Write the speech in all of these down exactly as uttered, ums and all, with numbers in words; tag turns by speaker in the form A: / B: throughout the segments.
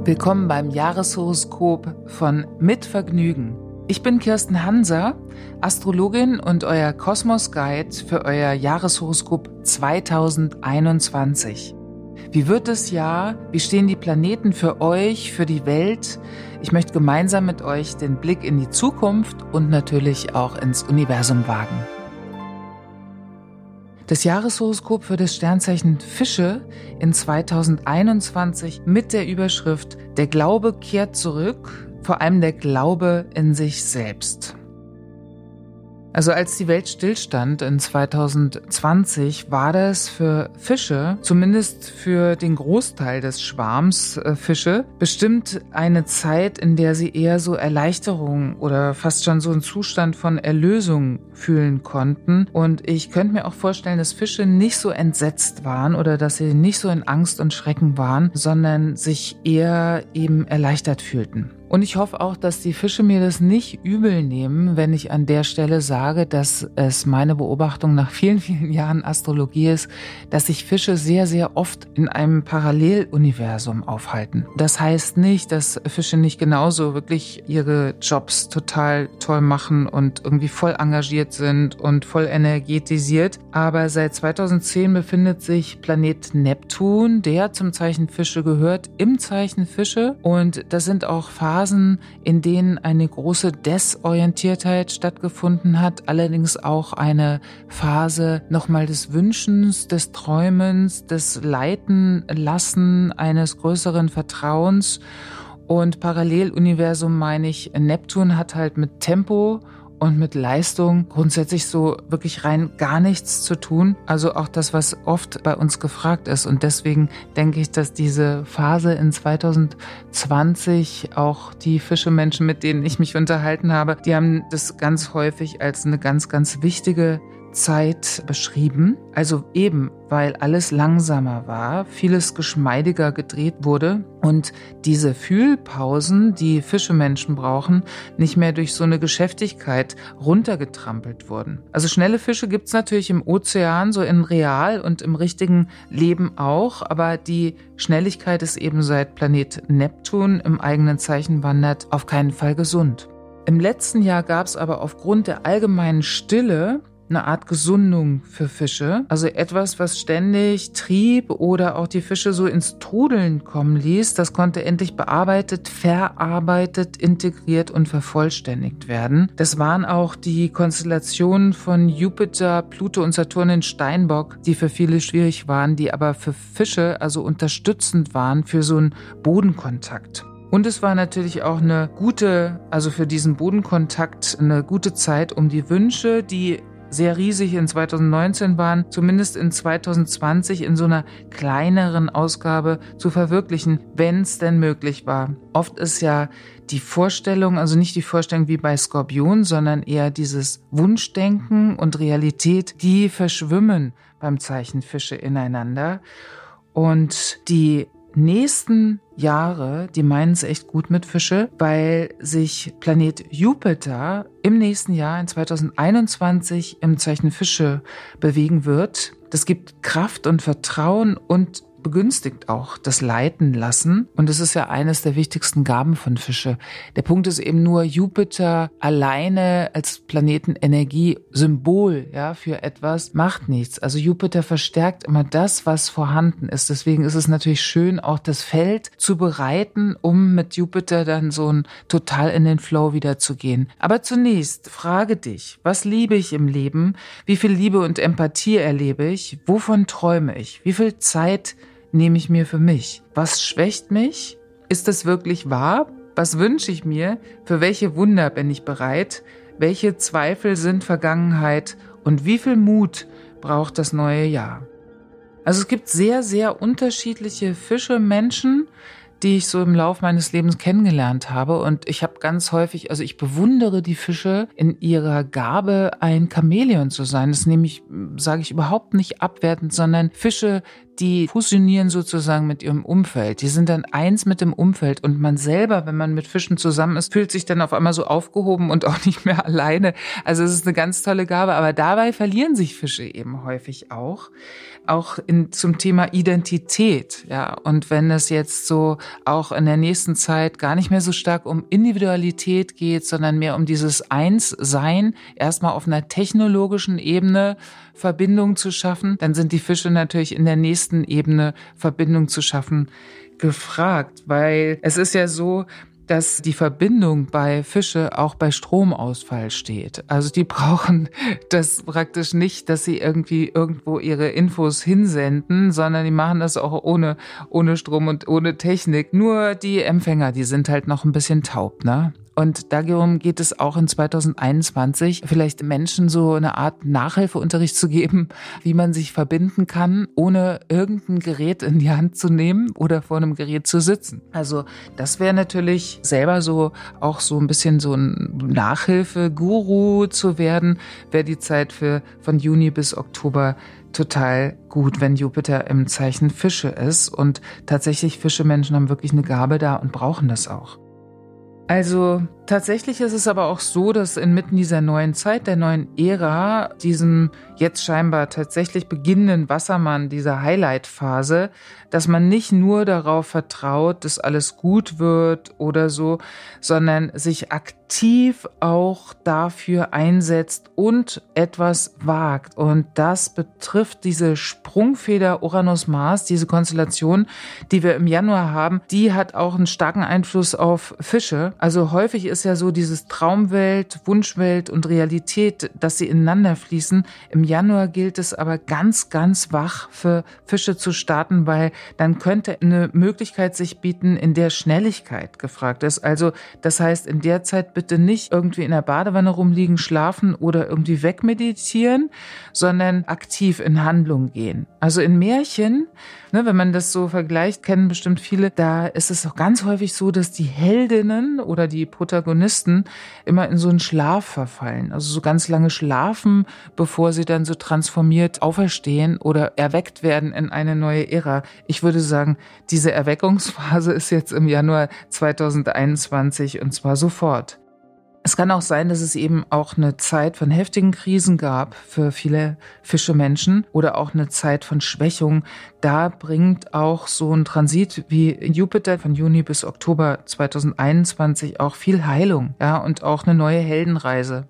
A: Willkommen beim Jahreshoroskop von Mit Vergnügen. Ich bin Kirsten Hanser, Astrologin und euer Kosmos-Guide für euer Jahreshoroskop zweitausendeinundzwanzig. Wie wird das Jahr? Wie stehen die Planeten für euch, für die Welt? Ich möchte gemeinsam mit euch den Blick in die Zukunft und natürlich auch ins Universum wagen. Das Jahreshoroskop für das Sternzeichen Fische in zweitausendeinundzwanzig mit der Überschrift „Der Glaube kehrt zurück", vor allem der Glaube in sich selbst. Also als die Welt stillstand in zweitausendzwanzig, war das für Fische, zumindest für den Großteil des Schwarms äh, Fische, bestimmt eine Zeit, in der sie eher so Erleichterung oder fast schon so einen Zustand von Erlösung fühlen konnten. Und ich könnte mir auch vorstellen, dass Fische nicht so entsetzt waren oder dass sie nicht so in Angst und Schrecken waren, sondern sich eher eben erleichtert fühlten. Und ich hoffe auch, dass die Fische mir das nicht übel nehmen, wenn ich an der Stelle sage, dass es meine Beobachtung nach vielen, vielen Jahren Astrologie ist, dass sich Fische sehr, sehr oft in einem Paralleluniversum aufhalten. Das heißt nicht, dass Fische nicht genauso wirklich ihre Jobs total toll machen und irgendwie voll engagiert sind und voll energetisiert. Aber seit zweitausendzehn befindet sich Planet Neptun, der zum Zeichen Fische gehört, im Zeichen Fische. Und das sind auch Phasen, in denen eine große Desorientiertheit stattgefunden hat, allerdings auch eine Phase nochmal des Wünschens, des Träumens, des Leitenlassen eines größeren Vertrauens. Und Paralleluniversum meine ich, Neptun hat halt mit Tempo und mit Leistung grundsätzlich so wirklich rein gar nichts zu tun. Also auch das, was oft bei uns gefragt ist. Und deswegen denke ich, dass diese Phase in zweitausendzwanzig, auch die Fischemenschen, mit denen ich mich unterhalten habe, die haben das ganz häufig als eine ganz, ganz wichtige Zeit beschrieben. Also eben, weil alles langsamer war, vieles geschmeidiger gedreht wurde und diese Fühlpausen, die Fischemenschen brauchen, nicht mehr durch so eine Geschäftigkeit runtergetrampelt wurden. Also schnelle Fische gibt's natürlich im Ozean, so in real und im richtigen Leben auch, aber die Schnelligkeit ist eben seit Planet Neptun im eigenen Zeichen wandert auf keinen Fall gesund. Im letzten Jahr gab's aber aufgrund der allgemeinen Stille eine Art Gesundung für Fische, also etwas, was ständig trieb oder auch die Fische so ins Trudeln kommen ließ, das konnte endlich bearbeitet, verarbeitet, integriert und vervollständigt werden. Das waren auch die Konstellationen von Jupiter, Pluto und Saturn in Steinbock, die für viele schwierig waren, die aber für Fische also unterstützend waren für so einen Bodenkontakt. Und es war natürlich auch eine gute, also für diesen Bodenkontakt eine gute Zeit, um die Wünsche, die sehr riesig in zweitausendneunzehn waren, zumindest in zweitausendzwanzig in so einer kleineren Ausgabe zu verwirklichen, wenn es denn möglich war. Oft ist ja die Vorstellung, also nicht die Vorstellung wie bei Skorpion, sondern eher dieses Wunschdenken und Realität, die verschwimmen beim Zeichen Fische ineinander. Und die nächsten Jahre, die meinen es echt gut mit Fische, weil sich Planet Jupiter im nächsten Jahr in zweitausendeinundzwanzig im Zeichen Fische bewegen wird. Das gibt Kraft und Vertrauen und begünstigt auch das Leiten lassen. Und es ist ja eines der wichtigsten Gaben von Fische. Der Punkt ist eben nur, Jupiter alleine als Planetenenergie-Symbol, ja, für etwas macht nichts. Also Jupiter verstärkt immer das, was vorhanden ist. Deswegen ist es natürlich schön, auch das Feld zu bereiten, um mit Jupiter dann so ein total in den Flow wieder zu gehen. Aber zunächst frage dich, was liebe ich im Leben? Wie viel Liebe und Empathie erlebe ich? Wovon träume ich? Wie viel Zeit nehme ich mir für mich? Was schwächt mich? Ist das wirklich wahr? Was wünsche ich mir? Für welche Wunder bin ich bereit? Welche Zweifel sind Vergangenheit? Und wie viel Mut braucht das neue Jahr? Also es gibt sehr, sehr unterschiedliche Fische, Menschen, die ich so im Lauf meines Lebens kennengelernt habe. Und ich habe ganz häufig, also ich bewundere die Fische in ihrer Gabe, ein Chamäleon zu sein. Das nehme ich, sage ich überhaupt nicht abwertend, sondern Fische, die fusionieren sozusagen mit ihrem Umfeld. Die sind dann eins mit dem Umfeld und man selber, wenn man mit Fischen zusammen ist, fühlt sich dann auf einmal so aufgehoben und auch nicht mehr alleine. Also es ist eine ganz tolle Gabe, aber dabei verlieren sich Fische eben häufig auch. Auch in, zum Thema Identität, ja. Und wenn es jetzt so auch in der nächsten Zeit gar nicht mehr so stark um Individualität geht, sondern mehr um dieses Einssein, erstmal auf einer technologischen Ebene Verbindung zu schaffen, dann sind die Fische natürlich in der nächsten Ebene Verbindung zu schaffen gefragt, weil es ist ja so, dass die Verbindung bei Fische auch bei Stromausfall steht. Also die brauchen das praktisch nicht, dass sie irgendwie irgendwo ihre Infos hinsenden, sondern die machen das auch ohne, ohne Strom und ohne Technik. Nur die Empfänger, die sind halt noch ein bisschen taub, ne? Und darum geht es auch in zwanzig einundzwanzig, vielleicht Menschen so eine Art Nachhilfeunterricht zu geben, wie man sich verbinden kann, ohne irgendein Gerät in die Hand zu nehmen oder vor einem Gerät zu sitzen. Also das wäre natürlich selber so auch so ein bisschen so ein Nachhilfeguru zu werden, wäre die Zeit für von Juni bis Oktober total gut, wenn Jupiter im Zeichen Fische ist. Und tatsächlich Fische-Menschen haben wirklich eine Gabe da und brauchen das auch. Also tatsächlich ist es aber auch so, dass inmitten dieser neuen Zeit, der neuen Ära, diesem jetzt scheinbar tatsächlich beginnenden Wassermann, dieser Highlight-Phase, dass man nicht nur darauf vertraut, dass alles gut wird oder so, sondern sich aktiv auch dafür einsetzt und etwas wagt. Und das betrifft diese Sprungfeder Uranus-Mars, diese Konstellation, die wir im Januar haben, die hat auch einen starken Einfluss auf Fische. Also häufig ist ja so dieses Traumwelt, Wunschwelt und Realität, dass sie ineinander fließen. Im Januar gilt es aber ganz, ganz wach für Fische zu starten, weil dann könnte eine Möglichkeit sich bieten, in der Schnelligkeit gefragt ist. Also das heißt, in der Zeit bitte nicht irgendwie in der Badewanne rumliegen, schlafen oder irgendwie wegmeditieren, sondern aktiv in Handlung gehen. Also in Märchen, ne, wenn man das so vergleicht, kennen bestimmt viele, da ist es auch ganz häufig so, dass die Heldinnen oder die Protagonisten immer in so einen Schlaf verfallen. Also so ganz lange schlafen, bevor sie dann so transformiert auferstehen oder erweckt werden in eine neue Ära. Ich würde sagen, diese Erweckungsphase ist jetzt im Januar zwanzig einundzwanzig und zwar sofort. Es kann auch sein, dass es eben auch eine Zeit von heftigen Krisen gab für viele Fische-Menschen oder auch eine Zeit von Schwächung. Da bringt auch so ein Transit wie Jupiter von Juni bis Oktober zwanzig einundzwanzig auch viel Heilung, ja, und auch eine neue Heldenreise.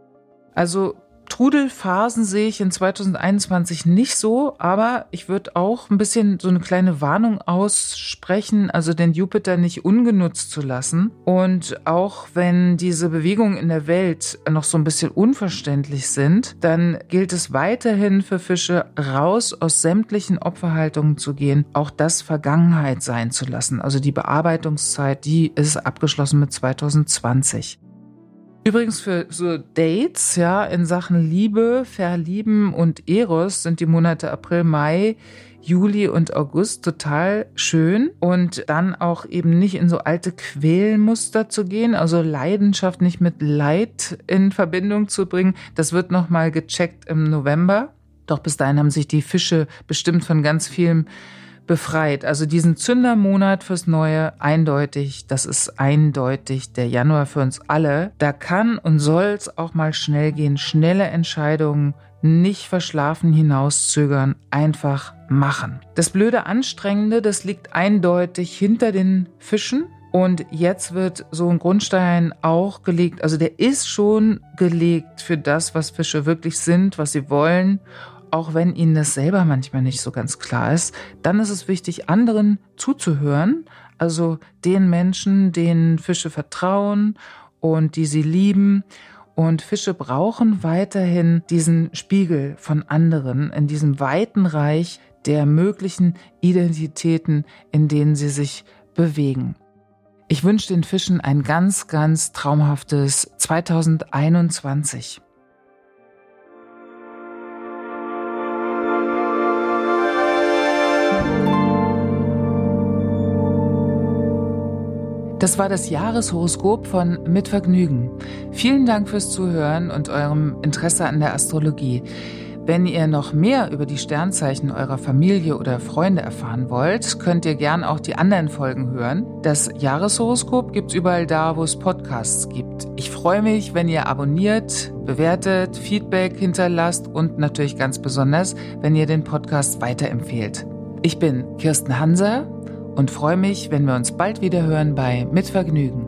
A: Also Trudelphasen sehe ich in zwanzig einundzwanzig nicht so, aber ich würde auch ein bisschen so eine kleine Warnung aussprechen, also den Jupiter nicht ungenutzt zu lassen. Und auch wenn diese Bewegungen in der Welt noch so ein bisschen unverständlich sind, dann gilt es weiterhin für Fische, raus aus sämtlichen Opferhaltungen zu gehen, auch das Vergangenheit sein zu lassen. Also die Bearbeitungszeit, die ist abgeschlossen mit zwanzig zwanzig. Übrigens für so Dates, ja, in Sachen Liebe, Verlieben und Eros sind die Monate April, Mai, Juli und August total schön und dann auch eben nicht in so alte Quälmuster zu gehen, also Leidenschaft nicht mit Leid in Verbindung zu bringen. Das wird nochmal gecheckt im November. Doch bis dahin haben sich die Fische bestimmt von ganz vielem befreit. Also diesen Zündermonat fürs Neue, eindeutig, das ist eindeutig der Januar für uns alle. Da kann und soll es auch mal schnell gehen. Schnelle Entscheidungen, nicht verschlafen hinauszögern, einfach machen. Das blöde Anstrengende, das liegt eindeutig hinter den Fischen. Und jetzt wird so ein Grundstein auch gelegt, also der ist schon gelegt für das, was Fische wirklich sind, was sie wollen. Auch wenn ihnen das selber manchmal nicht so ganz klar ist, dann ist es wichtig, anderen zuzuhören, also den Menschen, denen Fische vertrauen und die sie lieben. Und Fische brauchen weiterhin diesen Spiegel von anderen in diesem weiten Reich der möglichen Identitäten, in denen sie sich bewegen. Ich wünsche den Fischen ein ganz, ganz traumhaftes zwanzig einundzwanzig. Das war das Jahreshoroskop von Mit Vergnügen. Vielen Dank fürs Zuhören und eurem Interesse an der Astrologie. Wenn ihr noch mehr über die Sternzeichen eurer Familie oder Freunde erfahren wollt, könnt ihr gern auch die anderen Folgen hören. Das Jahreshoroskop gibt's überall da, wo es Podcasts gibt. Ich freue mich, wenn ihr abonniert, bewertet, Feedback hinterlasst und natürlich ganz besonders, wenn ihr den Podcast weiterempfehlt. Ich bin Kirsten Hanser und freue mich, wenn wir uns bald wieder hören bei Mit Vergnügen.